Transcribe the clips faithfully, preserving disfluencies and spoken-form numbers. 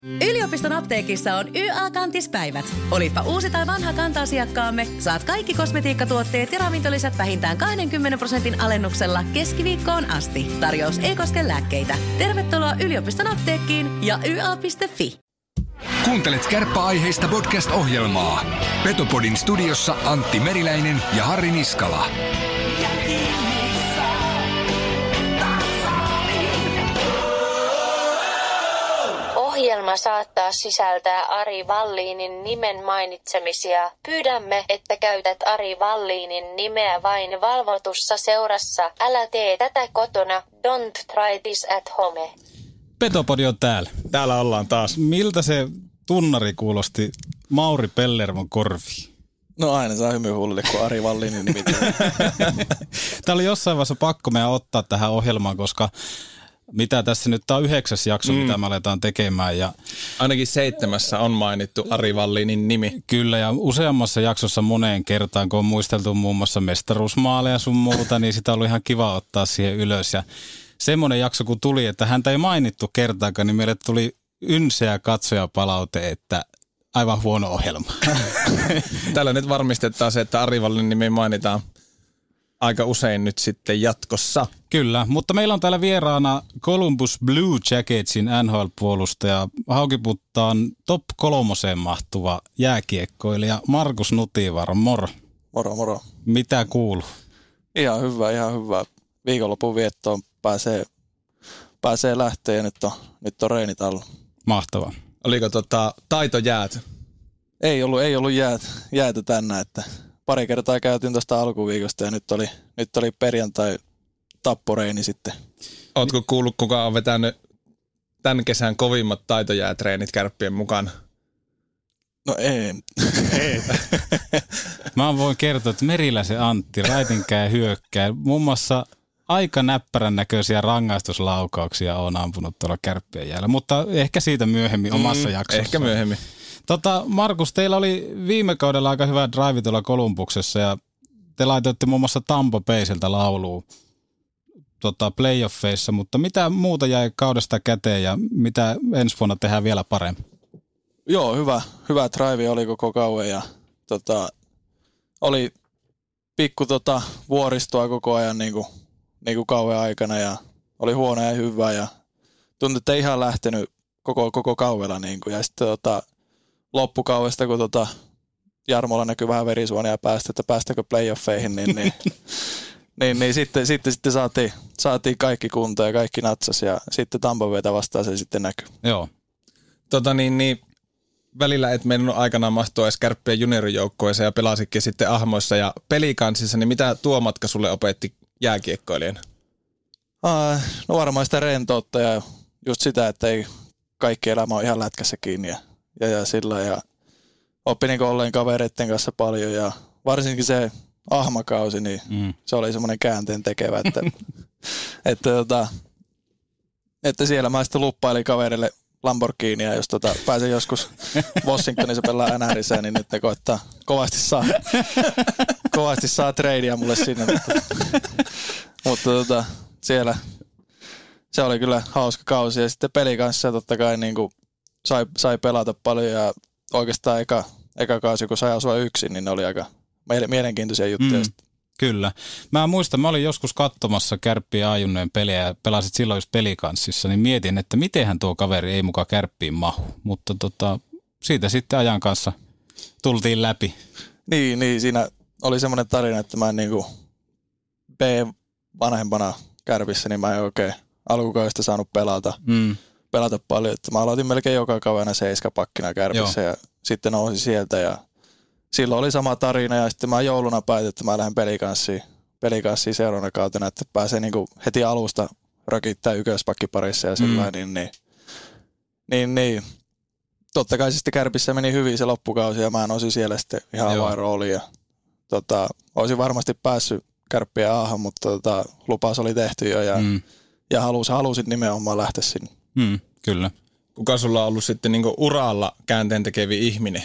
Yliopiston apteekissa on Y A-kantispäivät. Olipa uusi tai vanha kanta-asiakkaamme, saat kaikki kosmetiikkatuotteet ja ravintolisät vähintään kaksikymmentä prosentin alennuksella keskiviikkoon asti. Tarjous ei koske lääkkeitä. Tervetuloa yliopiston apteekkiin ja y a piste f i. Kuuntelet kärppäaiheista podcast-ohjelmaa. Petopodin studiossa Antti Meriläinen ja Harri Niskala. Ohjelma saattaa sisältää Ari Vallinin nimen mainitsemisia. Pyydämme, että käytät Ari Vallinin nimeä vain valvotussa seurassa. Älä tee tätä kotona. Don't try this at home. Petopodi on täällä. Täällä ollaan taas. Miltä se tunnari kuulosti Mauri Pellervon korviin? No aina saa hymyhuulille, kun Ari Vallinin nimi. Tämä oli jossain vaiheessa pakko meidän ottaa tähän ohjelmaan, koska mitä tässä nyt, tämä on yhdeksäs jakso, mm. mitä me aletaan tekemään. Ja ainakin seitsemässä on mainittu Ari Vallinin nimi. Kyllä, ja useammassa jaksossa moneen kertaan, kun on muisteltu muun muassa mestaruusmaaleja sun muuta, niin sitä on ollut ihan kiva ottaa siihen ylös. Ja semmoinen jakso, kun tuli, että häntä ei mainittu kertaakaan, niin meille tuli ynseä katsojapalaute, että aivan huono ohjelma. Tällä nyt varmistetaan se, että Ari Vallinin nimi mainitaan aika usein nyt sitten jatkossa. Kyllä, mutta meillä on täällä vieraana Columbus Blue Jacketsin N H L-puolustaja, Haukiputtaan top kolmoseen mahtuva jääkiekkoilija Markus Nutivaara. Moro. Moro, moro. Mitä kuuluu? Ihan hyvä, ihan hyvä. Viikonlopun viettoon pääsee, pääsee lähteä ja nyt on, nyt on reenit alla. Mahtavaa. Oliko tota taitojäät? Ei ollut, ei ollut jäät, jäätä tänään, että pari kertaa käytiin tuosta alkuviikosta ja nyt oli, nyt oli perjantai tapporeini sitten. Ootko kuullut, kuka on vetänyt tämän kesän kovimmat taitojäätreenit Kärppien mukana? No ei. ei. Mä voin kertoa, että Meriläisen Antti, raitinkää hyökkää. Muun muassa aika näppärän näköisiä rangaistuslaukauksia on ampunut tuolla Kärppien jäällä, mutta ehkä siitä myöhemmin omassa mm, jaksossa. Ehkä myöhemmin. Tota, Markus, teillä oli viime kaudella aika hyvä drive tuolla Kolumbuksessa ja te laitoitte muun muassa Tampa Baysiltä lauluun tota, playoffeissa, mutta mitä muuta jäi kaudesta käteen ja mitä ensi vuonna tehdään vielä paremmin? Joo, hyvä, hyvä drive oli koko kauan ja tota, oli pikku tota, vuoristoa koko ajan niin kuin, niin kuin kauan aikana ja oli huono ja hyvä ja tuntui, että ei ihan lähtenyt koko, koko kauella niin kuin, ja sitten tota, loppukaudesta, kun tota Jarmolla näkyy vähän verisuonia päästä, että päästäkö playoffeihin, niin, niin, niin, niin sitten, sitten, sitten saatiin, saatiin kaikki kuntoon ja kaikki natsas ja sitten Tampa Baytä vastaan se sitten näkyy. Joo. Tota niin, niin välillä et mennyt aikanaan mahtua edes Kärppien juniorijoukkueeseen ja pelasikin sitten Ahmoissa ja Pelikansissa, niin mitä tuo matka sulle opetti jääkiekkoilijana? Ah, no varmaan sitä rentoutta ja just sitä, että ei kaikki elämä ole ihan lätkässä kiinni ja Ja, ja sillä ja oppi niin olleen kavereiden kanssa paljon ja varsinkin se Ahmakausi, niin mm. se oli semmoinen käänteen tekevä, että, että, että, että siellä mä sitten luppailin kaverille Lamborghinia, jos tota, pääsen joskus Washingtonissa pelaa N H:ssä, niin nyt ne koittaa kovasti saa, kovasti saa tradea mulle sinne, mutta, mutta tota, siellä se oli kyllä hauska kausi ja sitten peli kanssa totta kai niin kuin Sai, sai pelata paljon ja oikeastaan eka, eka kausi, kun sai asua yksin, niin ne oli aika mielenkiintoisia juttuja. Mm, kyllä. Mä muistan, mä olin joskus katsomassa Kärppien A-junnojen pelejä ja pelasit silloin just Pelikanssissa, niin mietin, että mitenhän tuo kaveri ei mukaan Kärppiin mahu. Mutta tota, siitä sitten ajan kanssa tultiin läpi. Niin, niin siinä oli semmoinen tarina, että mä en niin kuin B-vanhempana Kärpissä, niin mä en oikein alkukaudesta saanut pelata. Mm. pelata paljon, että mä aloitin melkein joka kaudena seiskapakkina Kärpissä ja sitten nousin sieltä ja silloin oli sama tarina ja sitten mä jouluna päätin, että mä lähden pelikanssiin, pelikanssiin seuraavana kautena, että pääsee niinku heti alusta rakittää ykköspakkiparissa ja sillä mm. niin, niin, niin, niin. Totta kai sitten Kärpissä meni hyvin se loppukausi ja mä nousin siellä sitten ihan avainrooliin ja tota, olisin varmasti päässyt Kärppien A:han, mutta tota, lupaus oli tehty jo ja, mm. ja halus, halusin nimenomaan lähteä sinne. Hmm, kyllä. Kuka sulla on ollut sitten niinku uralla käänteen tekevi ihminen?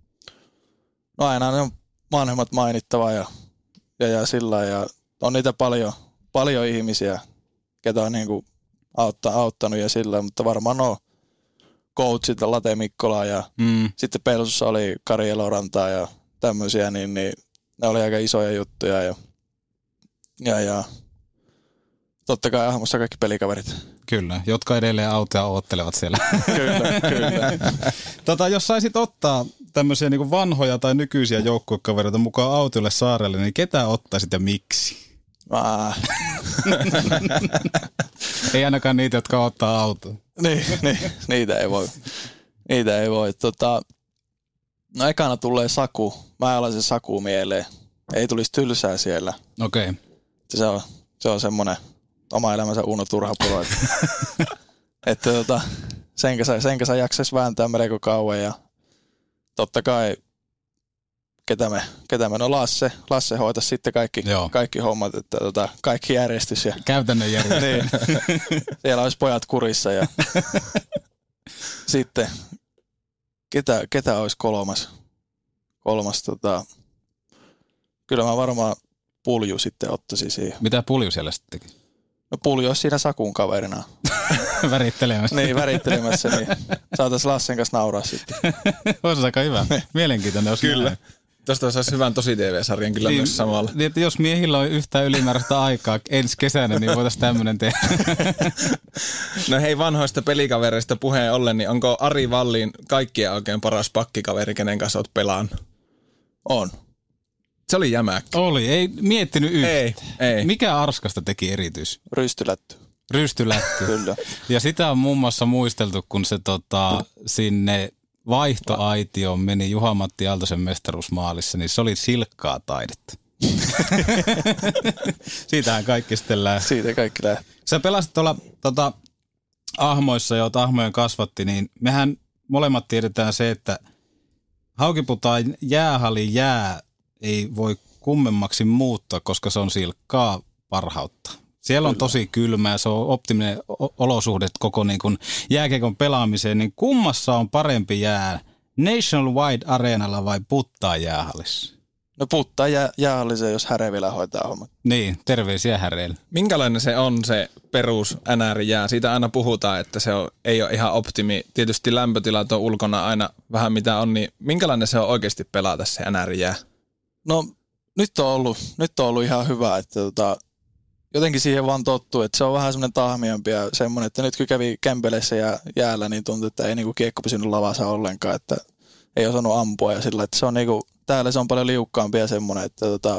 No aina ne on vanhemmat mainittava ja, ja, ja sillä ja on niitä paljon, paljon ihmisiä, ketä on niinku autta, auttanut ja sillä, mutta varmaan on coachit Late Mikkolaa ja mm. sitten Pelsussa oli Kari Elorantaa ja tämmöisiä, niin, niin ne oli aika isoja juttuja ja, ja, ja totta kai Ahmossa kaikki pelikaverit. Kyllä, jotka edelleen autoja oottelevat siellä. Kyllä, kyllä. Tota, jos saisit ottaa tämmöisiä niin kuin vanhoja tai nykyisiä joukkuekavereita mukaan autolle saarelle, niin ketä ottaisit ja miksi? Ah. Ei ainakaan niitä, jotka ottaa autoa. niin, niin, niitä ei voi. Niitä ei voi. Tota, no ekana tulee Saku. Mä alan se Saku mieleen. Ei tulisi tylsää siellä. Okei. Okay. Se on, se on semmoinen oma elämänsä Uno Turhapulo. Että, että tota, sen kanssa, sen kanssa jaksaisi vääntää melko kauan ja totta kai ketä me, ketä me no Lasse, Lasse hoitaisi sitten kaikki, kaikki hommat, että tota, kaikki järjestys. Ja, käytännön järjestys. Niin, siellä olisi pojat kurissa ja sitten ketä, ketä olisi kolmas, kolmas tota, kyllä mä varmaan Pulju sitten ottaisin siihen. Mitä Pulju siellä sitten teki? No Pulju olisi siinä Sakun kaverina. Värittelemässä. Niin, värittelemässä, niin saataisiin Lassen kanssa nauraa sitten. Olisi aika hyvä. Mielenkiintoinen olisi. Kyllä. Näin. Tuosta saisi hyvän tosi T V-sarjan kyllä niin, myös samalla. Niin, että jos miehillä on yhtään ylimääräistä aikaa ensi kesänä, niin voitaisiin tämmöinen tehdä. No hei, vanhoista pelikavereista puheen ollen, niin onko Ari Vallin kaikkien oikein paras pakkikaveri, kenen kanssa olet pelannut? On. Se oli jämäkkä. Oli, ei miettinyt yhtään. Ei, ei. Mikä Arskasta teki erityis? Rystylätty. Rystylätty. Kyllä. Ja sitä on muun muassa muisteltu, kun se tota, sinne vaihtoaitioon meni Juha-Matti Aaltosen mestaruusmaalissa, niin se oli silkkaa taidetta. Siitähän kaikki sitten lähti. Siitä kaikki lähti. Sä pelasit tuolla tota, Ahmoissa, joita Ahmojen kasvatti, niin mehän molemmat tiedetään se, että Haukiputaan jäähalli jää ei voi kummemmaksi muuttaa, koska se on silkkaa parhautta. Siellä on Kyllä. tosi kylmää, se on optiminen olosuhde koko niin kuin jääkiekon pelaamiseen, niin kummassa on parempi jää, Nationwide Areenalla vai Puttaa jäähallissa? No Puttaa jää, jäähallissa, jos Häre vielä hoitaa hommat. Niin, terveisiä Häreille. Minkälainen se on se perus N R-jää? Siitä aina puhutaan, että se on, ei ole ihan optimi. Tietysti lämpötilat on ulkona aina vähän mitä on, niin minkälainen se on oikeasti pelata se N R-jää? No nyt on ollut, nyt on ollut ihan hyvä, että tota, jotenkin siihen vaan tottuu, että se on vähän semmoinen tahmiampi ja semmoinen, että nyt kun kävi Kempeleissä ja jäällä, niin tuntuu, että ei niinku kiekko pysynyt lavassa ollenkaan, että ei osannut ampua ja sillä, että se on niinku, täällä se on paljon liukkaampi ja semmoinen, että, tota,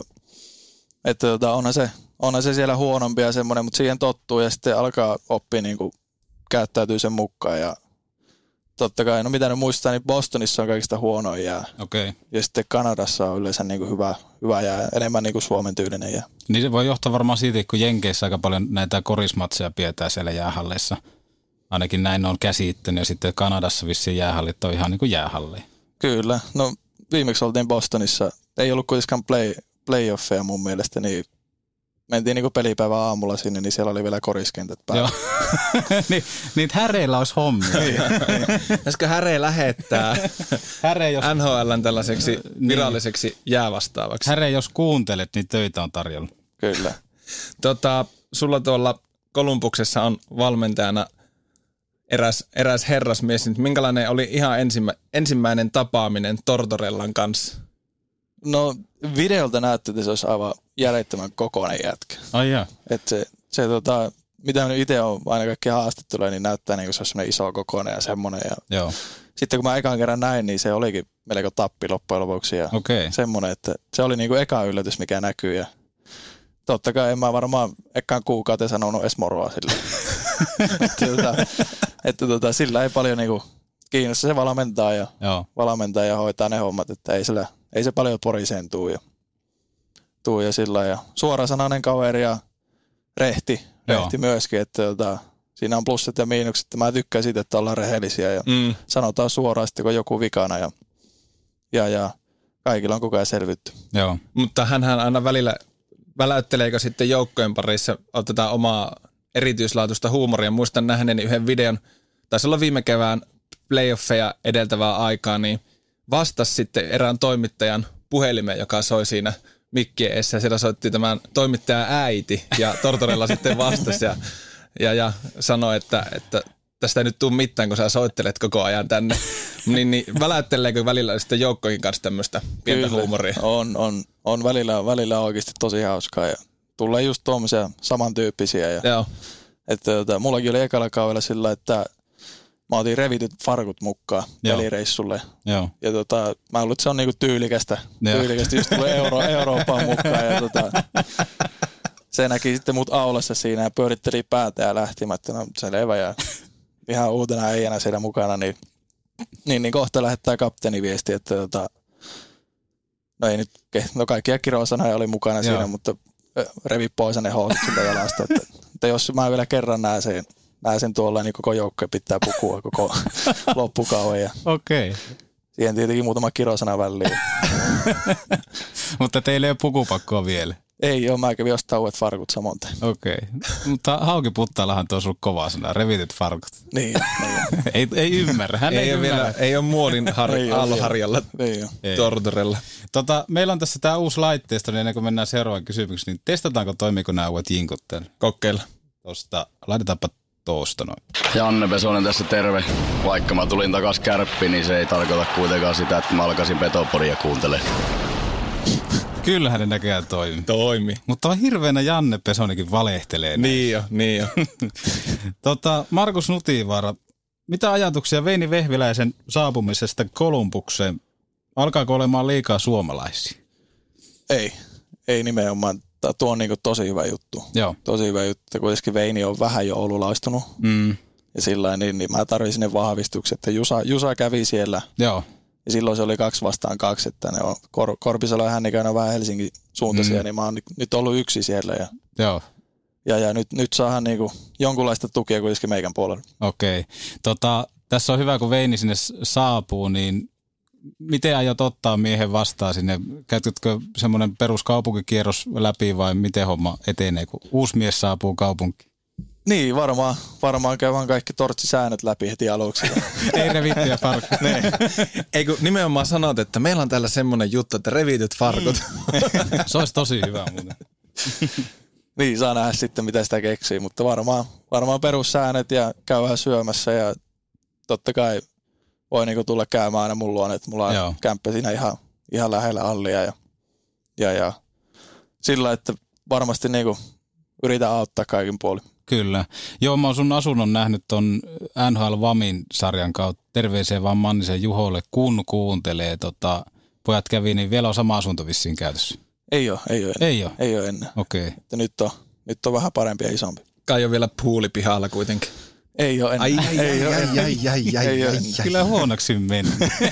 että tota, onhan, se, onhan se siellä huonompi ja semmoinen, mutta siihen tottuu ja sitten alkaa oppia niinku käyttäytyy sen mukaan ja totta kai, no mitä ne muistaa, niin Bostonissa on kaikista huonoin jää. Okay. Ja sitten Kanadassa on yleensä niin kuin hyvä, hyvä jää, enemmän niin kuin Suomen tyylinen jää. Niin se voi johtaa varmaan siitä, kun Jenkeissä aika paljon näitä korismatseja pidetään siellä jäähalleissa. Ainakin näin on käsittänyt ja sitten Kanadassa vissiin jäähallit on ihan niin kuin jäähalleja. Kyllä, no viimeksi oltiin Bostonissa, ei ollut kuitenkaan play, playoffeja mun mielestä, niin mentiin niinku pelipäivän aamulla sinne, niin siellä oli vielä koriskentät päällä. Ni, niitä Häreillä olisi hommia. Pitäisikö Häre lähettää Häre, jos... N H L:n tällaiseksi viralliseksi niin. jäävastaavaksi? Häre, jos kuuntelet, niin töitä on tarjolla. Kyllä. Tota, sulla tuolla Kolumbuksessa on valmentajana eräs, eräs herrasmies. Niin minkälainen oli ihan ensimmä, ensimmäinen tapaaminen Tortorellan kanssa? No videolta näytti, että se olisi aivan järjettömän kokoinen jätkä. Ai jaa. Että se, se tota, mitä nyt itse on aina kaikki haastatteluja, niin näyttää niin kuin se olisi semmoinen iso kokoinen ja semmoinen. Ja Joo. Sitten kun mä ekan kerran näin, niin se olikin melko tappi loppujen lopuksi. Ja okay. semmoinen, että se oli niin kuin eka yllätys, mikä näkyy. Ja totta kai en mä varmaan ekaan kuukauteen sanonut edes moroa sille. että tota, että tota, sillä ei paljon niin kuin kiinnosta. Se valmentaa ja, valmentaa ja hoitaa ne hommat, että ei, sillä, ei se paljon poriseen tuu. Ja, tuu ja sillä ja suorasanainen kaveri ja rehti, rehti myöskin, että tota, siinä on plusset ja miinukset. Mä tykkään siitä, että ollaan rehellisiä ja mm. sanotaan suoraan sitten, kun joku vikana ja, ja, ja kaikilla on koko ajan selvitty. Joo. Mutta hänhän aina välillä väläytteleekö sitten joukkojen parissa, otetaan omaa erityislaatuista huumoria. Muistan nähneeni yhden videon, taisi olla viime kevään playoffeja edeltävää aikaa, niin vastasi sitten erään toimittajan puhelimeen, joka soi siinä mikkien edessä. Siellä soitti tämän toimittajan äiti ja Tortorella sitten vastasi ja, ja, ja sanoi, että, että tästä ei nyt tule mitään, kun sä soittelet koko ajan tänne. niin, niin väläytteleekö välillä sitten joukkojen kanssa tämmöistä pientä Kyllä, huumoria? On, on, on välillä, välillä oikeasti tosi hauskaa ja tulee just tuommoisia samantyyppisiä. Ja, Joo. että, että, mullakin oli ekalla kaudella sillä, että mä otin revityt farkut mukaan pelireissulle. Joo. Ja tota, mä luulen, että se on niinku tyylikästä. Joo. Tyylikästä just tulee Euro, Eurooppaan mukaan. Ja tota, se näki sitten mut aulassa siinä ja pyöritteli päätä ja lähti. Mä että no selvä ja ihan uutena äijänä siellä mukana. Niin, niin, niin kohta lähettää kapteeni viesti, että tota, no ei nyt, no kaikkia kirosanoja oli mukana Joo. siinä, mutta revi pois ne housut sitä jalasta. Että, että jos mä vielä kerran näen sen, näen sen tuolla, niin koko joukkoja pitää pukua koko loppukauden. Okei. Okay. Siihen tietenkin muutama kirosana väliin. Mutta teillä ei ole pukupakkoa vielä. Ei ole, mä kävin ostaa uudet farkut samoin. Okei. Okay. Mutta Hauki Puttalahan tuo sulla kova sana, revityt farkut. Niin, niin. ei, ei ymmärrä, hän ei, ei ymmärrä. Vielä, ei ole muodin har- aalloharjalla, Tortorella. Tota, meillä on tässä tämä uusi laitteisto, niin ennen kuin mennään seuraavaan kysymykseen, niin testataanko toimiiko nämä uudet jinkut täällä? Kokeilla. Tosta, laitetaanpa tuosta noin. Janne Pesonen tässä terve. Vaikka mä tulin takas Kärppiin, niin se ei tarkoita kuitenkaan sitä, että mä alkaisin Petopodia kuuntelemaan. Kyllähän ne näköjään toimi. Toimi. Mutta on hirveänä Janne Pesonenkin valehtelee. Niin jo, niin jo. tota, Markus Nutivaara, mitä ajatuksia Veini Vehviläisen saapumisesta Kolumbukseen? Alkaako olemaan liikaa suomalaisia? Ei, ei nimenomaan. Tuo on niin kuin tosi hyvä juttu. Joo. Tosi hyvä juttu. Kuitenkin Veini on vähän jo oululaistunut. Mm. Ja sillä niin, niin mä tarvitsin ne vahvistukset. Että Jusa, Jusa kävi siellä. Joo. Ja silloin se oli kaksi vastaan kaksi, että ne on Kor- Korpisalo ja Hännikäinen on vähän Helsingin suuntaisia, mm. niin mä oon nyt ollut yksi siellä. Ja, Joo. ja, ja nyt, nyt saadaan niinku jonkunlaista tukea kuitenkin meikän puolella. Okei. Tota, tässä on hyvä, kun Veini sinne saapuu, niin miten aiot ottaa miehen vastaan sinne? Käytätkö semmoinen peruskaupunkikierros läpi vai miten homma etenee, kun uusi mies saapuu kaupunkiin? Niin, varmaan, varmaan käydään kaikki tortsisäännöt läpi heti aluksi. Ei revittyjä farkkuja. Ei kun nimenomaan sanot, että meillä on täällä semmoinen juttu, että revityt farkut. Mm. Se olisi tosi hyvä muuten. Niin, saa nähdä sitten mitä sitä keksii, mutta varmaan, varmaan perussäännöt ja käy vähän syömässä ja totta kai voi niinku tulla käymään aina mun luona, että mulla on Joo. kämppä siinä ihan, ihan lähellä allia ja, ja, ja sillä, että varmasti niinku yritän auttaa kaikin puolin. Kyllä. Joo, mä oon sun asunnon nähnyt ton N H L Vamin sarjan kautta. Terveisiä vaan Mannisen Juholle, kun kuuntelee. Tota, pojat kävi, niin vielä on sama asunto vissiin käytössä. Ei ole, ei ole ennen. Ei ole? Ei ole ennen. Okei. Okay. Nyt on, nyt on vähän parempi ja isompi. Kai on vielä puuli pihalla kuitenkin. Ei ole ennen. Ai, ai, ei ai, ole ai, ennen. ai, ai, ai, ei ai, ai. Kyllä huonoksi meni.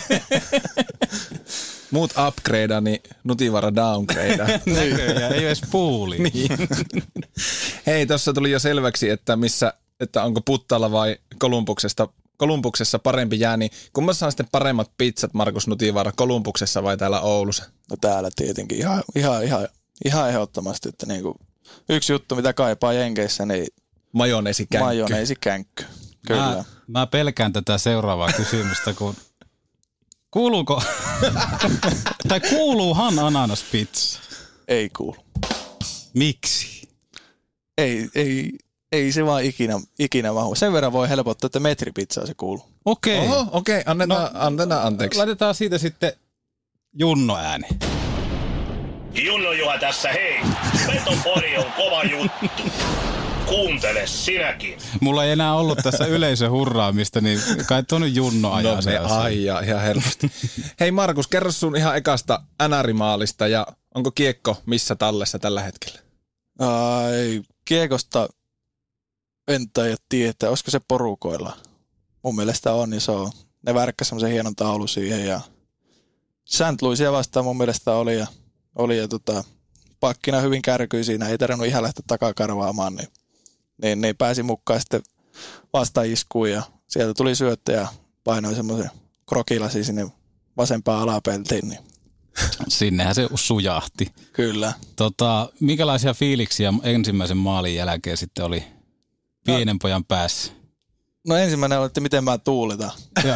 Muut upgradea, niin Nutivaara downgradea. Näköjään, ei ole edes puuli. Niin. Hei, tuossa tuli jo selväksi, että missä, että onko Puttalla vai Kolumbuksesta, Kolumbuksessa parempi jää, niin kummassa on sitten paremmat pizzat, Markus Nutivaara, Kolumbuksessa vai täällä Oulussa? No täällä tietenkin ihan, ihan, ihan, ihan ehdottomasti, että niinku yksi juttu, mitä kaipaa Jenkeissä, niin majoneesikänkky. Majoneesikänkky, kyllä. Mä, mä pelkään tätä seuraavaa kysymystä, kun kuuluuko, tai kuuluuhan ananaspizza? Ei kuulu. Miksi? Ei, ei, ei se vaan ikinä, ikinä mahu. Sen verran voi helpottaa, että metripizzaa se kuuluu. Okei. Okay. Oho, okei, okay. annetaan, no, annetaan anteeksi. Laitetaan siitä sitten Junno ääni. Junno Juha tässä, hei. Petopori on kova juttu. Kuuntele sinäkin. Mulla ei enää ollut tässä yleisöhurraamista, niin kai tuon nyt Junno ajaa. No me aijaa ihan helposti. Hei Markus, kerro sun ihan ekasta änärimaalista ja onko kiekko missä tallessa tällä hetkellä? Ai, kiekosta en taida tietää, olisiko se porukoilla. Mun mielestä on, niin se on. Ne värkkäs semmoisen hienon taulu siihen ja Saint Louisia vastaan mun mielestä oli ja, oli ja tota, pakkina hyvin kärkyi siinä, ei tarvinnut ihan lähteä takakarvaamaan, niin, niin, niin pääsi mukaan sitten vastaiskuun ja sieltä tuli syöttö ja painoi semmoisen krokilasi sinne vasempaan alapeltiin. Niin. Sinnehän se sujahti. Kyllä. Tota, minkälaisia fiiliksiä ensimmäisen maalin jälkeen sitten oli pienen pojan päässä? No ensimmäinen oli, että miten mä tuuletan.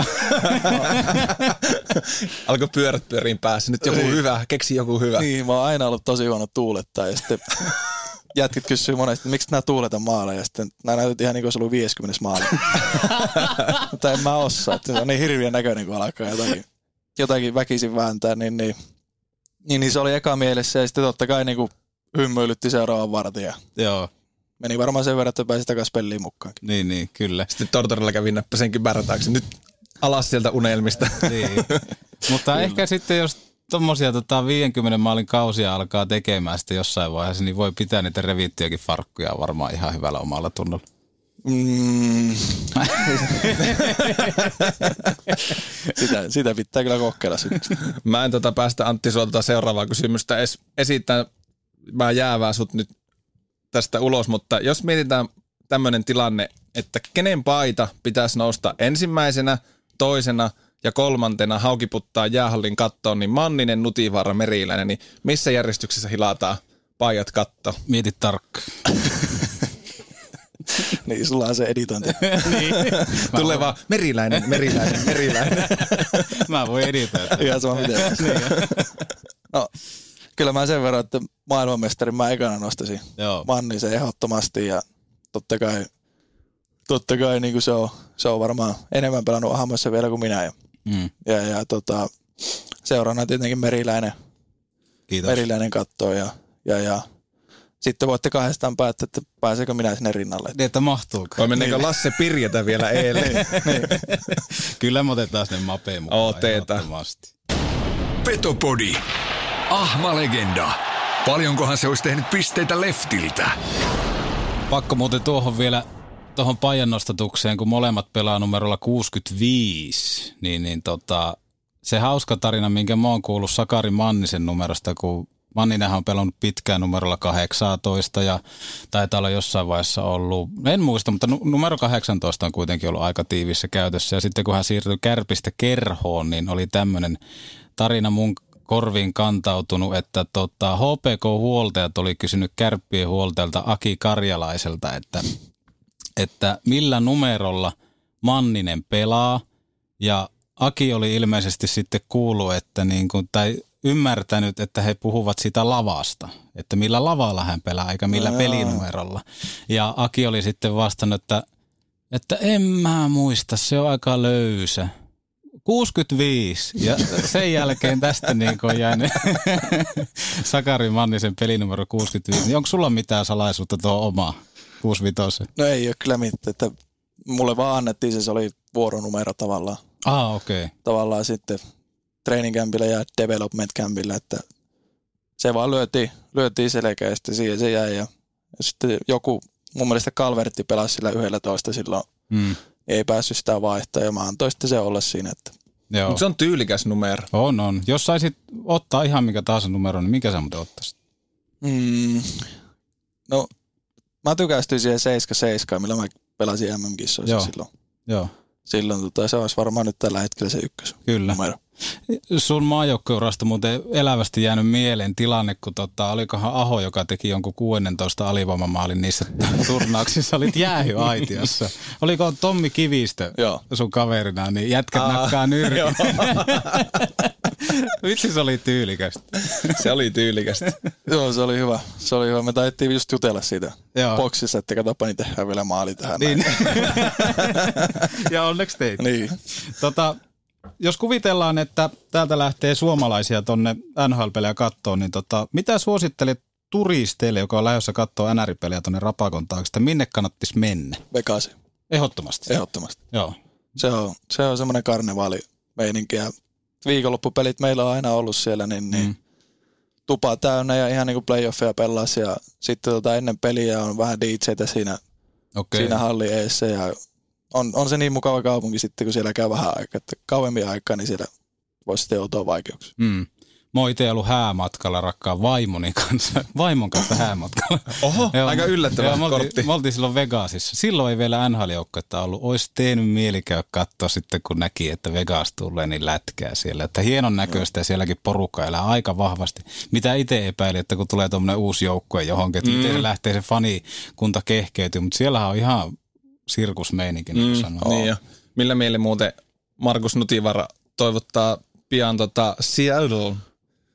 Alkoi pyörät pyöriin päässä. Nyt joku niin. hyvä, keksi joku hyvä. Niin, mä oon aina ollut tosi huono tuulettaa. Ja sitten jätkit kysyy monesti, että miksi nää tuuleta maaleja. Ja sitten nää näytät ihan niin kuin olisi ollut viisikymmentä maali. Mutta en mä osaa. Että se on niin hirviän näköinen, kun alkaa jotakin, jotakin väkisin vääntää. Niin, niin, niin, niin se oli eka mielessä ja sitten totta kai niin kuin hymyilytti seuraavan vartin. Joo. Meni varmaan sen verran, että pääsi takaisin peliin mukaankin. Niin, niin, kyllä. Sitten Tortorella kävi näppäsenkin bärrätääksi. Nyt alas sieltä unelmista. Niin. Mutta ehkä sitten, jos tommosia tota, viidenkymmenen maalin kausia alkaa tekemään sitten jossain vaiheessa, niin voi pitää niitä revittyjäkin farkkuja varmaan ihan hyvällä omalla tunnolla. Mm. sitä, sitä pitää kyllä kokeilla sitten. Mä en tota päästä Antti sulta seuraavaa kysymystä edes esittää. Mä jäävää sut nyt tästä ulos, mutta jos mietitään tämmöinen tilanne, että kenen paita pitäisi nousta ensimmäisenä, toisena ja kolmantena haukiputtaa jäähallin kattoon, niin Manninen, Nutivaara, Meriläinen, niin missä järjestyksessä hilataan paijat katto? Mieti tarkkaan. Niin, sulla on se editointi. Niin. Tulee vaan Meriläinen, Meriläinen, Meriläinen. Mä voin editoida. Ihan sama miten. No, kyllä mä sen verran, että maailmanmestarin mä ekana nostaisin Joo. Mannisen ehdottomasti ja totta kai, totta kai niin kuin se, on, se on varmaan enemmän pelannut Ahmoissa vielä kuin minä. Ja, mm. ja, ja tota, seuraavana tietenkin Meriläinen, Kiitos. Meriläinen kattoo ja, ja, ja sitten voitte kahdestaan päättää, että pääseekö minä sinne rinnalle. Niin, että mahtuuko. Vai mennäänkö niin. Lasse Pirjetä vielä eilen? niin. Kyllä me otetaan sinne mapeen mukaan. Oo, teetä. Petopodi. Ahma-legenda. Paljonkohan se olisi tehnyt pisteitä leftiltä? Pakko muuten tuohon vielä, tuohon paijan nostatukseen, kun molemmat pelaa numerolla kuusikymmentäviisi, niin, niin tota, se hauska tarina, minkä mä oon kuullut Sakari Mannisen numerosta, kun Manninenhan on pelannut pitkään numerolla kahdeksantoista ja taitaa olla jossain vaiheessa ollut, en muista, mutta numero kahdeksantoista on kuitenkin ollut aika tiivissä käytössä. Ja sitten kun hän siirtyi Kärpistä Kerhoon, niin oli tämmöinen tarina mun korviin kantautunut, että tota, H P K-huoltajat oli kysynyt Kärppien huoltajalta Aki Karjalaiselta, että, että millä numerolla Manninen pelaa. Ja Aki oli ilmeisesti sitten kuullut, että niin kuin, tai ymmärtänyt, että he puhuvat sitä lavasta, että millä lavalla hän pelaa, eikä millä no, pelinumerolla. Ja Aki oli sitten vastannut, että, että en mä muista, se on aika löysä. kuusikymmentäviisi. Ja sen jälkeen tästä niin on jäänyt Sakari Mannisen pelinumero kuusikymmentäviisi. Onko sulla mitään salaisuutta tuo oma kuusikymmentäviisi? No ei ole kyllä mitään, että mulle vaan annettiin se, se oli vuoronumero tavallaan. Ah, okei. Okay. Tavallaan sitten training campilla ja development campilla, että se vaan lyötiin, lyötiin selkeä ja sitten siihen se jäi. Ja, ja sitten joku, mun mielestä Calvertti pelasi sillä yksitoista silloin, mm. ei päässyt sitä vaihtaa ja mä antoin sitten se olla siinä. Että. Mutta se on tyylikäs numero. On, on. Jos saisit ottaa ihan mikä taas numero, niin mikä sä muuten ottaisit? Mm. No, mä tykästyin siihen seitsemän seitsemän, millä mä pelasin M M-kissoissa Joo. silloin. Joo. Silloin tota, se olisi varmaan nyt tällä hetkellä se ykkös Kyllä. numero. Sun maajoukkueurasta muuten elävästi jäänyt mieleen tilanne, kun tota, olikohan Aho, joka teki jonkun kuusitoista alivoimamaalin niissä turnauksissa, olit jäähyaitiossa. Oliko Tommi Kivistö Joo. sun kaverina, niin jätkät Aa, nakkaa nyrkin. Vitsi, se oli tyylikästä. Se oli tyylikästä. Joo, se oli hyvä. Se oli hyvä. Me taidettiin just jutella siitä Joo. boksissa, että katsopa, niin tehdään vielä maali tähän. Niin. Ja onneksi teit. Niin. Tota, jos kuvitellaan, että täältä lähtee suomalaisia tonne N H L-pelejä kattoon, niin tota, mitä suosittelet turisteille, joka on lähdössä katsoa N R-pelejä tonne Rapakon taakse, että minne kannattaisi mennä? Vegas. Ehdottomasti? Ehdottomasti. Joo. Se on, se on semmoinen karnevaalimeininki ja viikonloppupelit meillä on aina ollut siellä, niin, niin mm. tupa täynnä ja ihan niin kuin playoffeja pellas ja sitten tota ennen peliä on vähän D J:tä siinä, okay. siinä hallin eessä ja on, on se niin mukava kaupunki sitten, kun siellä käy vähän aikaa, että kauemmin aikaa, niin siellä voisi sitten joutua vaikeuksia. Mm. Mä oon itse ollut häämatkalla rakkaan vaimoni kanssa, vaimon kanssa häämatkalla. Oho, joo, aika yllättävä joo, kortti. Me oltiin, me oltiin silloin Vegasissa. Silloin ei vielä N H L-joukkuetta ollut. Olisi tehnyt mieli käydä katsoa sitten, kun näki, että Vegas tulee, niin lätkää siellä. Että hienon näköistä ja sielläkin porukka elää aika vahvasti. Mitä itse epäili, että kun tulee tuommoinen uusi joukkue johonkin, että mm. miten se lähtee se fanikunta kehkeytyy. Mutta siellähän on ihan sirkusmeininki, niin kuin mm, sanoo. Niin ja millä mieli muuten Markus Nutivaara toivottaa pian tota Seattle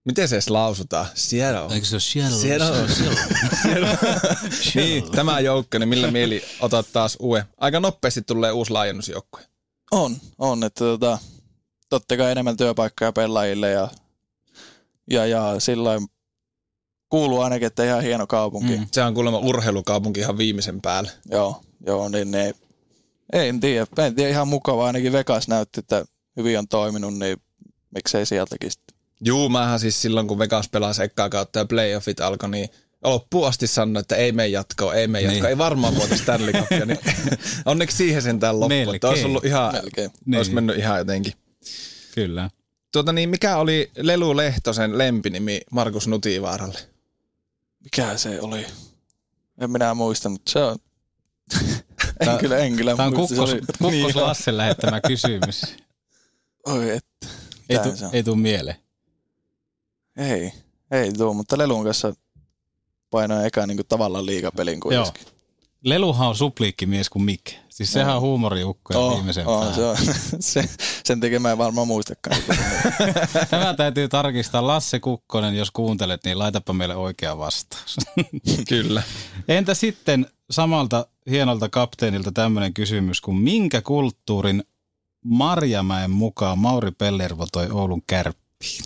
Miten se edes lausutaan? Seattle. Eikö se ole Seattle? Seattle. Seattle. Niin, tämä joukko, niin millä mieli otat taas uuden? Aika nopeasti tulee uusi laajennusjoukkue. On, on, että tota, totta kai enemmän työpaikkoja pelaajille ja, ja, ja silloin kuuluu ainakin, että ihan hieno kaupunki. Mm. Se on kuulemma urheilukaupunki ihan viimeisen päälle. Joo, joo, niin ne, ei, en tiedä, en tiedä, ihan mukava, ainakin Vegas näytti, että hyvin on toiminut, niin miksei sieltäkin sitten. Juu, mähän siis silloin, kun Vegas pelasi ekkaa kautta ja playoffit alkoi, niin loppuun asti sanoi, että ei mene jatkoa, ei mene jatkoa. Niin. Ei varmaan voita Stanley Cupia, niin onneksi siihen sentään loppuun. Että olisi ollut ihan, niin. Olisi mennyt ihan jotenkin. Kyllä. Tuota niin, mikä oli Lelu Lehtosen lempinimi Markus Nutivaaralle? Mikä se oli? En minä muista, mutta se on... en Tää, kyllä, en kyllä Tämä on muista. Kukkos, Oli... Kukkos niin, Lassen lähettämä kysymys. Oi, että... Ei, tu, ei tuu mieleen. Ei, ei tuu, mutta Lelun kanssa painoin eka niin kuin tavallaan liigapelin kuitenkin. Joo. Leluhan on supliikkimies kuin Mikke. Siis sehän on huumoriukko ja oh, viimeisen oh, päähän. Se on, se, sen takia mä en varmaan muistakaan. Tämä täytyy tarkistaa. Lasse Kukkonen, jos kuuntelet, niin laitapa meille oikea vastaus. Kyllä. Entä sitten samalta hienolta kapteenilta tämmöinen kysymys, kuin minkä kulttuurin Marjamäen mukaan Mauri Pellervo toi Oulun Kärppiin?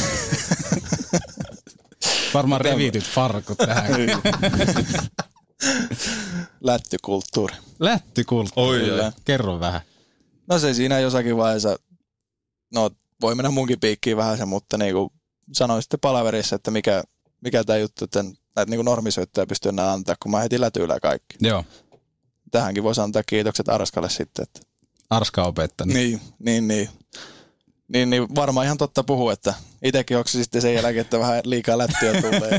Varmaan revityt farkut tähän. Lättykulttuuri. Lättykulttuuri. Oi, kerro vähän. No se siinä jossakin vaiheessa, no voi mennä munkin piikkiin vähän se, mutta niin kuin sanoin sitten palaverissa, että mikä, mikä tämä juttu, että näitä niin kuin normisyöttöjä pystyy enää antaa, kun mä heti lätyillä kaikki. Joo. Tähänkin voisi antaa kiitokset Arskalle sitten. Että... Arska opettanut. Niin, niin, niin. Niin, niin varmaan ihan totta puhuu, että itsekin onko sitten sen jälkeen, että vähän liikaa lättyä tulee.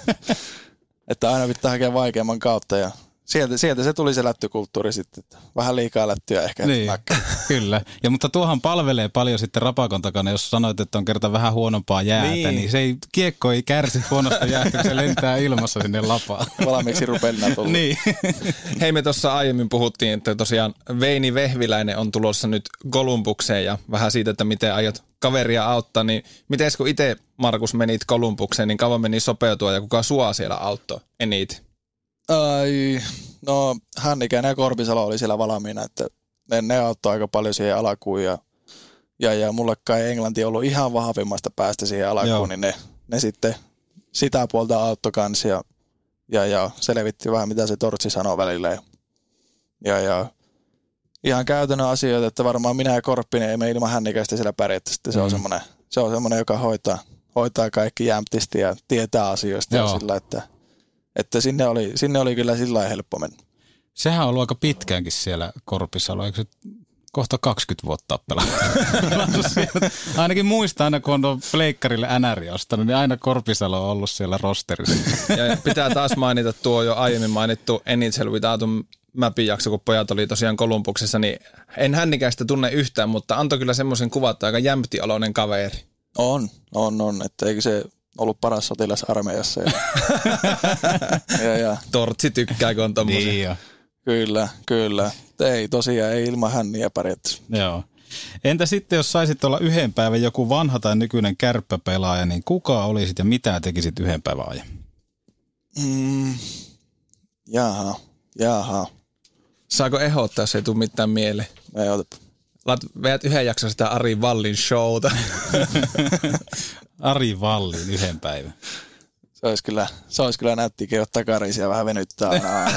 Että aina pitää hakea vaikeamman kautta ja sieltä, sieltä se tuli se lättykulttuuri sitten, että vähän liikaa lättyä ehkä. Niin, kyllä. Ja mutta tuohan palvelee paljon sitten Rapakon takana, jos sanoit, että on kerta vähän huonompaa jäätä, niin, niin se ei, kiekko ei kärsi huonosta jäätä, kun se lentää ilmassa sinne lapaan. Valmiiksi rupennaa tulla. Niin. Hei, me tuossa aiemmin puhuttiin, että tosiaan Veini Vehviläinen on tulossa nyt Kolumbukseen ja vähän siitä, että miten aiot kaveria auttaa, niin miten kun itse Markus menit Kolumbukseen, niin kauan meni sopeutua ja kuka sua siellä auttoi eniten? Ai, no Hannikäinen ja Korpisalo oli siellä valmiina, että ne, ne auttoi aika paljon siihen alkuun ja, ja, ja mullekaan ei englanti ollut ihan vahvimmasta päästä siihen alkuun, Joo. niin ne, ne sitten sitä puolta auttoi kanssa ja, ja, ja selvitti vähän mitä se Tortsi sanoi välillä ja, ja, ja ihan käytännön asioita, että varmaan minä ja Korppinen ei me ilman Hännikäistä siellä pärjättä, sitten se mm. on semmoinen, se on semmoinen, joka hoitaa, hoitaa kaikki jämptisti ja tietää asioista Joo. ja sillä, että Että sinne oli, sinne oli kyllä sillä lailla helppo mennä. Sehän on ollut aika pitkäänkin siellä Korpisalo, eikö se kohta kaksikymmentä vuotta pelannut? Ainakin muistan aina, kun on pleikkarille N R ostanut, niin aina Korpisalo on ollut siellä rosterissa. Ja pitää taas mainita tuo jo aiemmin mainittu N H L Without Mapin jakso, kun pojat oli tosiaan Kolumbuksessa, niin en Hännikäistä tunne yhtään, mutta antoi kyllä semmoisen kuvan, että aika jämptioloinen kaveri. On, on, on, että eikö se ollut paras sotilas armeijassa. Ja, ja, ja. Tortsi tykkää, kun on tommosen. Niin jo. Kyllä, kyllä. Ei tosiaan, ei ilman Hänniä pärjättäisi. Joo. Entä sitten, jos saisit olla yhden päivän joku vanha tai nykyinen kärppäpelaaja, niin kuka olisit ja mitä tekisit yhden päivän ajan? Mm, jaha, jaha. Saako ehdottaa, jos ei tule mitään mieleen? Ei otapa. Veät yhden jakson sitä Ari Vallin showta. Ari Vallin yhden päivän. Se olisi kyllä, se olisi kyllä nättikin ottaa karisia vähän venyttää aina.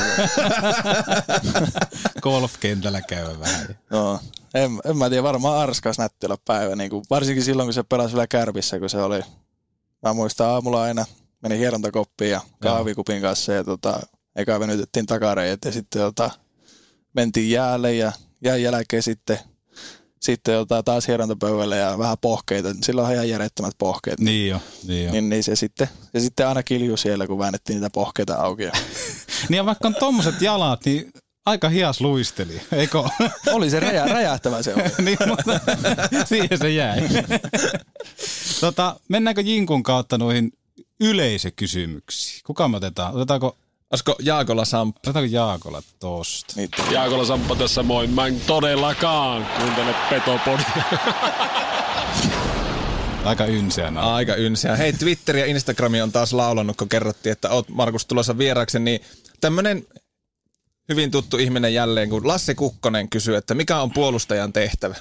Golfkentällä käydä vähän. No, en, en mä tiedä, varmaan Arskas nätti olla päivä. Niin kuin, varsinkin silloin, kun se pelasi vielä Kärpissä, kun se oli, mä muistan aamulla aina, meni hierontakoppiin ja kahvikupin kanssa ja tota, eka venytettiin takareijat ja sitten tota, mentiin jäälle ja jäin jälkeen sitten Sitten jotain taas hierontapöydälle ja vähän pohkeita. Silloin on ihan järjettömät pohkeet. Niin jo, niin jo. Niin, niin se, sitten, se sitten aina kiljui siellä, kun väännettiin niitä pohkeita auki. Niin ja vaikka on tommoset jalat, niin aika hias luisteli, eikö? Oli se räjä, räjähtävä se oli. Niin, mutta siihen se jäi. tota, mennäänkö Jinkun kautta noihin yleisökysymyksiin? Kuka me otetaan? Otetaanko... Olisiko Jaakola Samppa? Otetaanko Jaakola tosta? Niin. Jaakola Samppa tässä moi. Mä en todellakaan kuuntele Petopodia. Aika ynseä. No. Aika ynseä. Hei, Twitter ja Instagrami on taas laulannut, kun kerrottiin, että oot Markus tulossa vieraaksi, niin tämmönen hyvin tuttu ihminen jälleen, kun Lasse Kukkonen kysyy, että mikä on puolustajan tehtävä?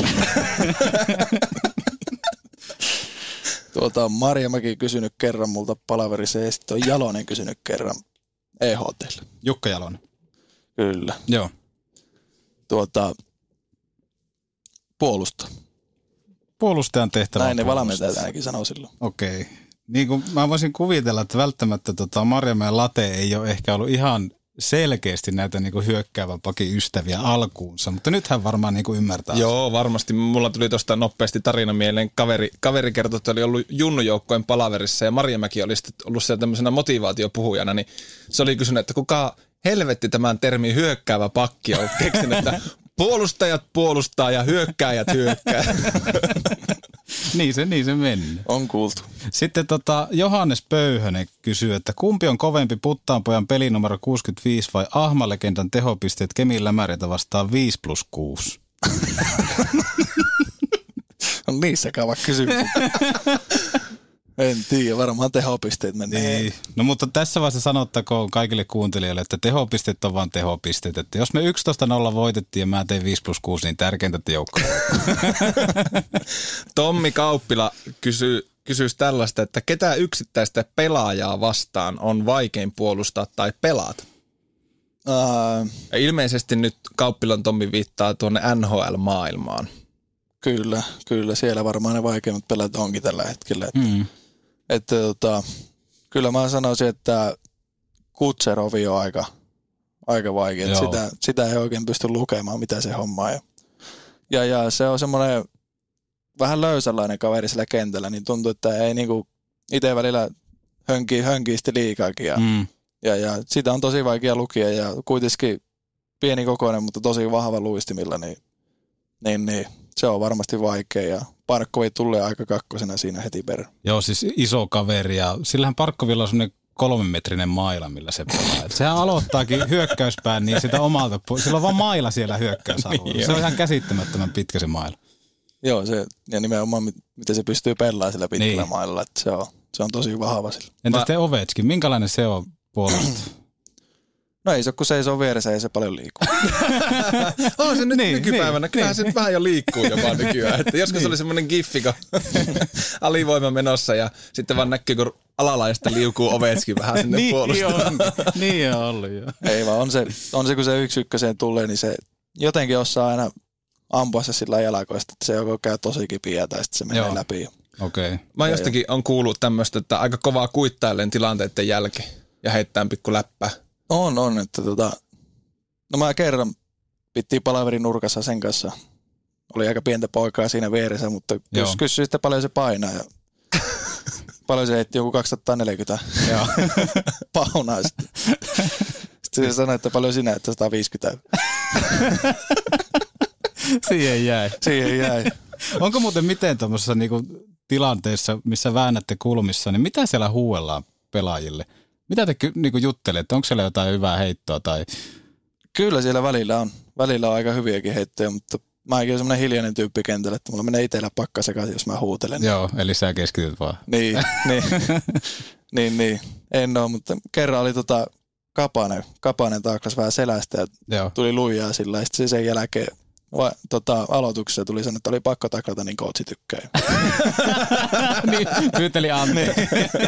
Tuota, Marjamäki kysynyt kerran multa palaverissa ja sitten on Jalonen kysynyt kerran E H T:lle. Jukka Jalonen. Kyllä. Joo. Tuota, puolusta. Puolustajan tehtävä. Näin ne valmentajat ainakin sanoo silloin. Okei. Okay. Niin kuin mä voisin kuvitella, että välttämättä tota Marjamäen Late ei ole ehkä ollut ihan selkeästi näitä niin kuin hyökkäävän pakin ystäviä alkuunsa, mutta nythän varmaan niin kuin ymmärtää. Joo, varmasti. Mulla tuli tuosta nopeasti tarina mieleen. Kaveri, kaveri kertoi, että oli ollut junnujoukkojen palaverissa ja Marjamäki oli ollut siellä tämmöisenä motivaatiopuhujana, niin se oli kysynyt, että kuka helvetti tämän termin hyökkäävä pakki on keksinyt, että puolustajat puolustaa ja hyökkääjät hyökkää. niin se, niin se meni. On kuultu. Sitten tota, Johannes Pöyhönen kysyy, että kumpi on kovempi Puttaanpojan pelinumero kuusikymmentäviisi vai Ahmalegendan tehopisteet Kemin Lämäreitä vastaan viisi plus kuusi? On niin sekava kysymys. En tiedä, varmaan tehopisteet menee. Niin. No mutta tässä vaiheessa sanottakoon kaikille kuuntelijoille, että tehopisteet on vaan tehopisteet. Että jos me yksitoista nolla voitettiin ja mä tein viisi plus kuusi, niin tärkeintä, että joukko. Tommi Kauppila kysyy, kysyisi tällaista, että ketä yksittäistä pelaajaa vastaan on vaikein puolustaa tai pelata? Uh, Ilmeisesti nyt Kauppilan Tommi viittaa tuonne N H L-maailmaan. Kyllä, kyllä. Siellä varmaan ne vaikeimmat pelaajat onkin tällä hetkellä. Että, Mm. että tota, kyllä mä sanoisin, että Kutserovi on aika, aika vaikea. Että sitä, sitä ei oikein pysty lukemaan, mitä se hommaa. Ja, ja, ja se on semmoinen vähän löysänlainen kaveri sillä kentällä, niin tuntuu, että ei niinku itse välillä hönkii, hönkii sitten liikaakin. Ja, Mm. ja, ja sitä on tosi vaikea lukia ja kuitenkin pieni kokoinen, mutta tosi vahva luistimilla, niin, niin, niin se on varmasti vaikea ja Parkkovi tulee aika kakkosena siinä heti perään. Joo, siis iso kaveri ja sillähän Parkkovilla on semmoinen kolmemetrinen maila, millä se pelaa. Et sehän aloittaakin hyökkäyspään niin sitä omalta, sillä on vaan maila siellä hyökkäysalueella. Se on ihan käsittämättömän pitkä se maila. Joo, se, ja nimenomaan miten se pystyy pelaamaan sillä pitkällä Niin. mailalla, että se on, se on tosi vahva sillä. Entäs Mä- te Ovechkin, minkälainen se on puolustaa? No ei se ole, kun seisoo vieressä, ei se paljon liiku. On se nyt Niin, nykypäivänä. niin, Kyllähän niin. se nyt vähän jo liikkuu jopa nykyään. Että joskus oli semmoinen giffi, kun alivoima menossa ja sitten vaan näkyy, kun alalaista liukuu Ovechkin vähän sinne niin, puolustamaan. on, niin on ollut joo. Ei vaan, on se, on se kun se yksi ykköseen tulee, niin se jotenkin osaa aina ampua se sillä jalakoista, että se joko käy tosi kipiä tai sitten se menee Joo. läpi. Okei. Okay. Mä jostakin on kuullut tämmöistä, että aika kovaa kuittailleen tilanteiden jälkeen ja heittää pikku läppää. On, on, että tota, no mä kerran pittiin palaverin nurkassa sen kanssa. Oli aika pientä poikaa siinä vieressä, mutta Joo. kys, kysyi sitten paljon se painaa ja paljon se heitti joku kaksisataaneljäkymmentä Joo. paunaa sitten. Sitten se sanoi, että paljon sinä, että sata viisikymmentä. Siihen jäi. Siihen jäi. Onko muuten miten tuommoisessa niinku tilanteessa, missä väännätte kulmissa, niin mitä siellä huuellaan pelaajille? Mitä te ky- niinku juttelette? Onko siellä jotain hyvää heittoa? Tai... Kyllä siellä välillä on. Välillä on aika hyviäkin heittoja, mutta mäkin olen semmoinen hiljainen tyyppi kentällä, että mulla menee itsellä pakka sekaisin, jos mä huutelen. Joo, eli sä keskityt vaan. Niin, niin, niin, niin. En ole, mutta kerran oli tota Kapanen, Kapanen taaklas vähän selästä ja Joo. tuli lujaa sillä ja sitten sen jälkeen va, tota, aloituksessa tuli sanoa, että oli pakko taklata, niin coachi tykkää. niin, pyyteli anteeksi.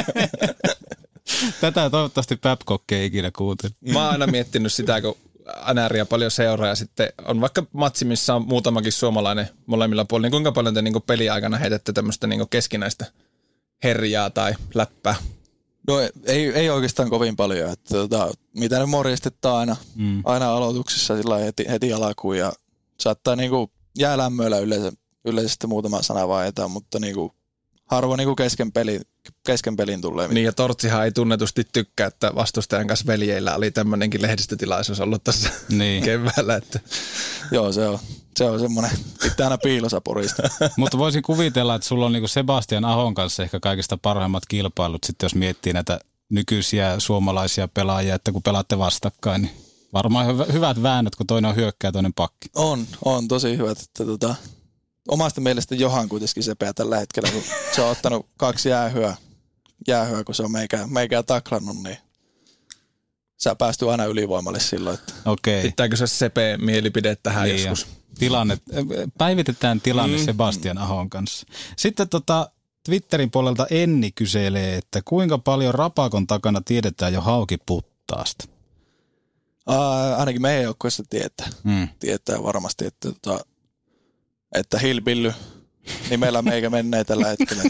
Tätä toivottavasti Babcock ei ikinä kuuntele. Mä oon aina miettinyt sitä, kun N R:ää paljon seuraa ja sitten on vaikka matsi, missä on muutamakin suomalainen molemmilla puolilla, niin kuinka paljon te niin peliaikana heitätte tämmöistä niin keskinäistä herjaa tai läppää? No ei, ei oikeastaan kovin paljon, että tota, mitä ne morjestetaan aina, Mm. aina aloituksissa sillä lailla heti, heti alkuun ja saattaa niinku jää lämmöillä yleensä, yleisesti muutama sana vaihdetaan, mutta niinku harvoin niinku kesken, peli, kesken pelin tulee. Niin ja Tortsihan ei tunnetusti tykkää, että vastustajan kanssa veljeillä oli tämmöinenkin lehdistötilaisuus ollut tässä Niin. keväällä. Että. Joo, se on, se on semmoinen, pitää aina piilossa purista. Mutta voisin kuvitella, että sulla on niinku Sebastian Ahon kanssa ehkä kaikista parhaimmat kilpailut, sitten jos miettii näitä nykyisiä suomalaisia pelaajia, että kun pelaatte vastakkain, niin varmaan hyvä, hyvät väännöt, kun toinen on hyökkää, toinen pakki. On, on tosi hyvät, että tota, omasta mielestä Johan kuitenkin sepää tällä hetkellä, kun se on ottanut kaksi jäähyä, jäähyä kun se on meikää, meikää taklannut, niin sä päästyy aina ylivoimalle silloin. Että. Okei. Pitääkö se Sepe-mielipide tähän niin joskus? Tilanne, päivitetään tilanne mm. Sebastian Ahon kanssa. Sitten tota, Twitterin puolelta Enni kyselee, että kuinka paljon Rapakon takana tiedetään jo Haukiputtaasta? Uh, ainakin meidän joukkueessa tietää. Mm. Tietää varmasti, että, tota, että Hilbilly nimellä meikä menee tällä hetkellä.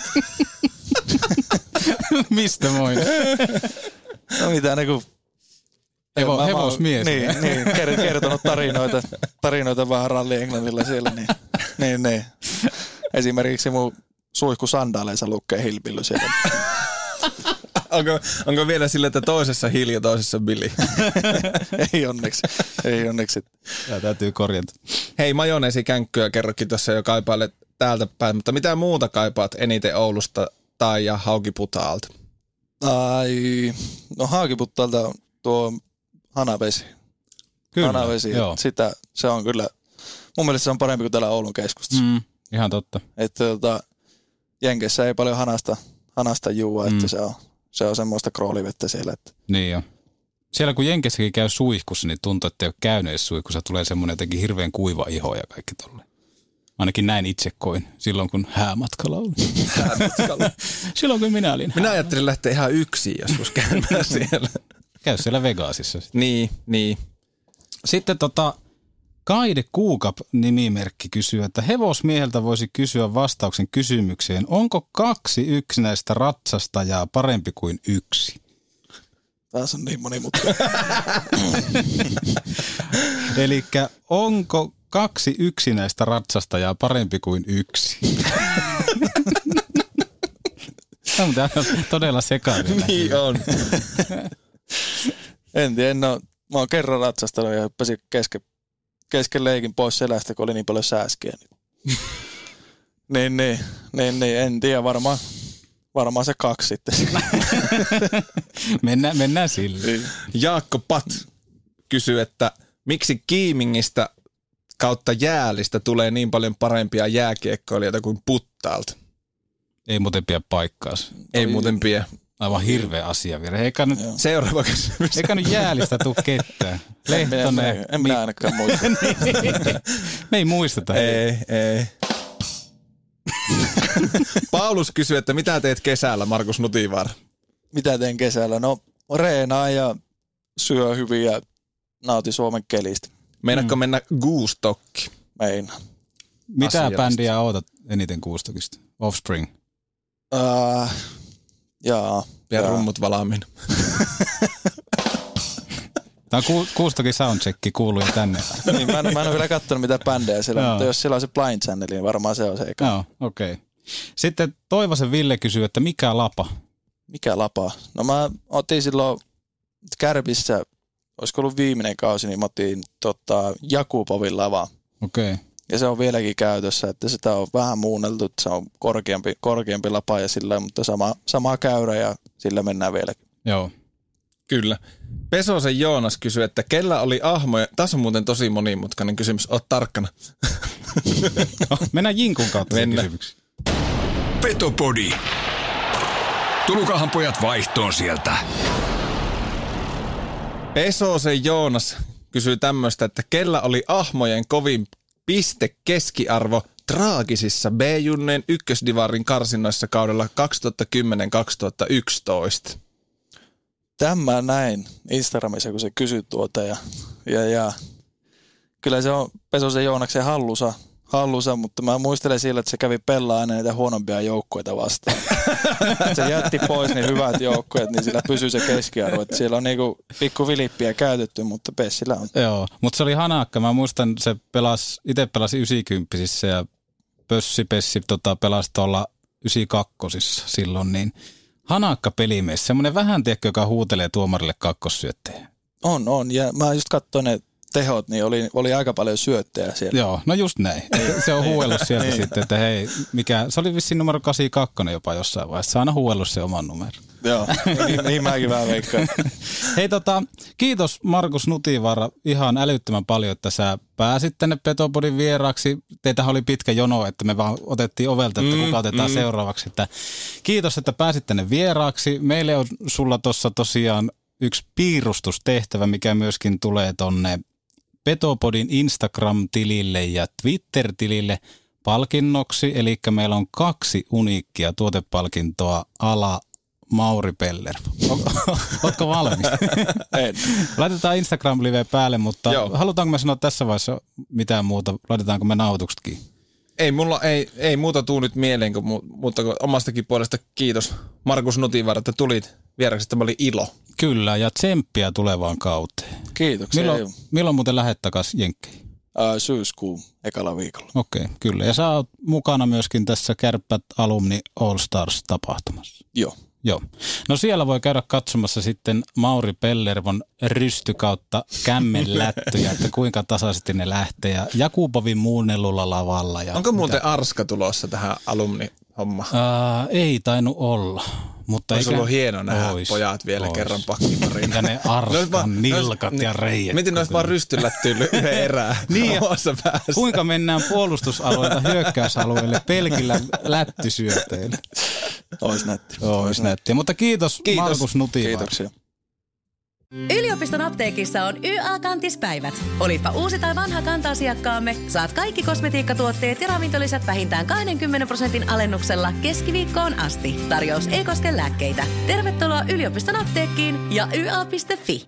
Mistä moin? No mitä niin kuin Hevo, hevosmies. Niin, niin, kertonut tarinoita, tarinoita vähän ralli Englannilla siellä. Niin, niin, niin. Esimerkiksi mun suihkusandaaleissa lukee Hilbilly siellä. Onko, onko vielä sillä, että toisessa Hill ja toisessa Billy? Ei onneksi. Ei onneksi. Tämä täytyy korjata. Hei, majoneesikänkkyä kerrokin tuossa jo kaipailet täältä päin, mutta mitä muuta kaipaat eniten Oulusta tai ja Haukiputaalta? Ai, no Haukiputaalta on tuo Hanavesi. Kyllä, Hanavesi, sitä, se on kyllä, mun mielestä se on parempi kuin täällä Oulun keskustassa. Mm, ihan totta. Että tota, Jenkeissä ei paljon hanasta, hanasta juua, mm. että se on, se on semmoista kroolivettä siellä. Että. Niin jo. Siellä kun Jenkeissäkin käy suihkussa, niin tuntuu, että ei ole käynyt edes suihkussa. Tulee semmoinen jotenkin hirveän kuiva iho ja kaikki tolle. Ainakin näin itse koin silloin, kun häämatkalla oli. Häämatkalla. Silloin, kun minä olin. Minä ajattelin lähteä ihan yksin joskus käymään siellä. Käy siellä Vegasissa. Niin, niin. Sitten tota, Kaide Kuukap-nimimerkki kysyy, että hevosmieheltä voisi kysyä vastauksen kysymykseen, onko kaksi yksinäistä ratsastajaa parempi kuin yksi? Taas on niin monimutkainen. Elikkä onko kaksi yksinäistä ratsastajaa parempi kuin yksi? Tämä on todella sekavia. Niin on. En tiedä, no, mä oon kerran ratsastanut ja hyppäsin kesken, kesken leikin pois selästä, kun oli niin paljon sääskiä. niin, niin, niin, niin, en tiedä, varmaan, varmaan se kaksi sitten. mennään, mennään sille. Jaakko Pat kysyy, että miksi Kiimingistä kautta Jäälistä tulee niin paljon parempia jääkiekkoilijoita kuin Puttaalta? Ei muuten pidä paikkaansa. Ei muuten pidä. Aivan hirveä asia vielä. Eikä nyt, seuraava kysymys. Eikä nyt Jäälistä tule ketään. Lehtonen. En, en minä ainakaan muista. Me ei muisteta. Ei, ei. Paulus kysyy, että mitä teet kesällä, Markus Nutivaara? Mitä teen kesällä? No reenaa ja syö hyvin ja nautin Suomen kelistä. Meinaatko mm. mennä Goostokki? Meinaan. Mitä Asiallista. bändiä ootat eniten Goostokista? Offspring? Uh, jaa. Ja jaa. Rummut valaamin. Tämä on Goostockin soundcheck, kuuluu jo tänne. niin, mä, en, mä en ole vielä katsonut mitä bändejä siellä, no. Mutta jos siellä on se Blind Channel, niin varmaan se on se eka. Joo, okei. Okay. Sitten Toivosen Ville kysyy, että mikä lapa? Mikä lapa? No mä otin silloin Kärpissä, olisiko ollut viimeinen kausi, niin mä otin tota, Jakupovin lava. Okei. Okay. Ja se on vieläkin käytössä, että sitä on vähän muunneltu, että se on korkeampi, korkeampi lapa ja sillä, mutta sama, sama käyrä ja sillä mennään vieläkin. Joo. Kyllä. Pesosen Joonas kysyy, että kellä oli ahmoja, tässä on muuten tosi monimutkainen kysymys, oot tarkkana. Mennään Jinkun kautta kysymyksiin. Petopodi. Tulukahan pojat vaihtoon sieltä. Pesosen Joonas kysyy tämmöistä, että kellä oli ahmojen kovin piste keskiarvo traagisissa B-junneen ykkösdivarin karsinnoissa kaudella kaksituhattakymmenen kaksituhattayksitoista. Tämä näin Instagramissa, kun se kysyi tuota ja, ja, ja kyllä se on Pesosen Joonaksen hallusa, hallusa, mutta mä muistelen sillä, että se kävi pelaa aina näitä huonompia joukkueita vastaan. Se jätti pois ne hyvät joukkueet, niin sillä pysyy se keskiarvo. Että siellä on niinku pikku vilippiä käytetty, mutta Pessillä on. Joo, mutta se oli hanakka. Mä muistan, se pelasi, itse pelasi yhdeksänkymppisissä ja Pössi Pessi tota, pelasi tuolla yhdeksänkymmentäkaksi silloin, niin hanakka pelimies. Semmoinen vähän tiekkä, joka huutelee tuomarille kakkossyöttejä. On, on. Ja mä just katsoin ne T tehot, niin oli, oli aika paljon syöttejä siellä. Joo, no just näin. Se on huuellut sieltä niin. sitten, että hei, mikä, se oli vissiin numero kahdeksankymmentäkaksi jopa jossain vaiheessa. Se on aina huuellut se oman numero. Joo, niin, niin mäkin vähän veikkaan. Hei tota, kiitos Markus Nutivaara ihan älyttömän paljon, että sä pääsit tänne Petopodin vieraaksi. Teitähän oli pitkä jono, että me vaan otettiin ovelta, että kuka otetaan mm. seuraavaksi. Että kiitos, että pääsit tänne vieraaksi. Meille on sulla tuossa tosiaan yksi piirustustehtävä, mikä myöskin tulee tonne Petopodin Instagram-tilille ja Twitter-tilille palkinnoksi. Eli meillä on kaksi uniikkia tuotepalkintoa ala Mauri Pellervo. Ootko valmis? En. Laitetaan Instagram-live päälle, mutta Joo. halutaanko me sanoa tässä vaiheessa mitään muuta? Laitetaanko me nauhoituksetkin? Ei mulla ei, ei muuta tuu nyt mieleen, kuin, mutta omastakin puolesta kiitos Markus Nutivaara, että tulit vieraksi. Tämä oli ilo. Kyllä, ja tsemppiä tulevaan kauteen. Kiitoksia. Milloin, milloin muuten lähdet takaisin Jenkkeihin? Uh, syyskuun ekalla viikolla. Okei, okay, kyllä. Ja sä oot mukana myöskin tässä Kärppät Alumni All Stars-tapahtumassa. Joo. Joo. No siellä voi käydä katsomassa sitten Mauri Pellervon rysty kautta kämmenlättyjä, että kuinka tasaisesti ne lähtee. Ja Jakubovin muunnellulla lavalla. Ja onko muuten mitä? Arska tulossa tähän alumni-hommaan? Uh, ei tainnut olla. Mutta olisi ollut hieno nähdä ois, pojat vielä ois. kerran pakkipariin. Ja ne Arskan nilkat ja reijät. Miten ne olisi vaan rystylättynyt yhden erään niin, kuinka mennään puolustusalueelta hyökkäysalueelle pelkillä lättysyöteillä? Ois nätti. Ois nätti. Mutta kiitos, kiitos. Markus Nutivaara. Kiitoksia. Yliopiston apteekissa on Y A-kantispäivät. Olipa uusi tai vanha kanta-asiakkaamme, saat kaikki kosmetiikkatuotteet ja ravintolisät vähintään kaksikymmentä prosentin alennuksella keskiviikkoon asti. Tarjous ei koske lääkkeitä. Tervetuloa yliopiston apteekkiin ja y a piste fi.